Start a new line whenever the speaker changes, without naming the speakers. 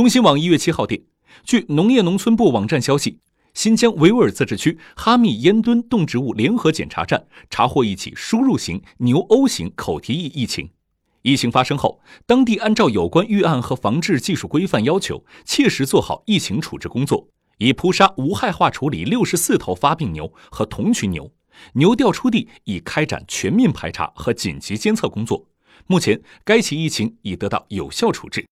中新网1月7号电，据农业农村部网站消息，新疆维吾尔自治区哈密烟墩动植物联合检查站查获一起输入型牛欧型口蹄疫疫情。疫情发生后，当地按照有关预案和防治技术规范要求，切实做好疫情处置工作，已扑杀无害化处理64头发病牛和同群牛，牛调出地已开展全面排查和紧急监测工作。目前，该起疫情已得到有效处置。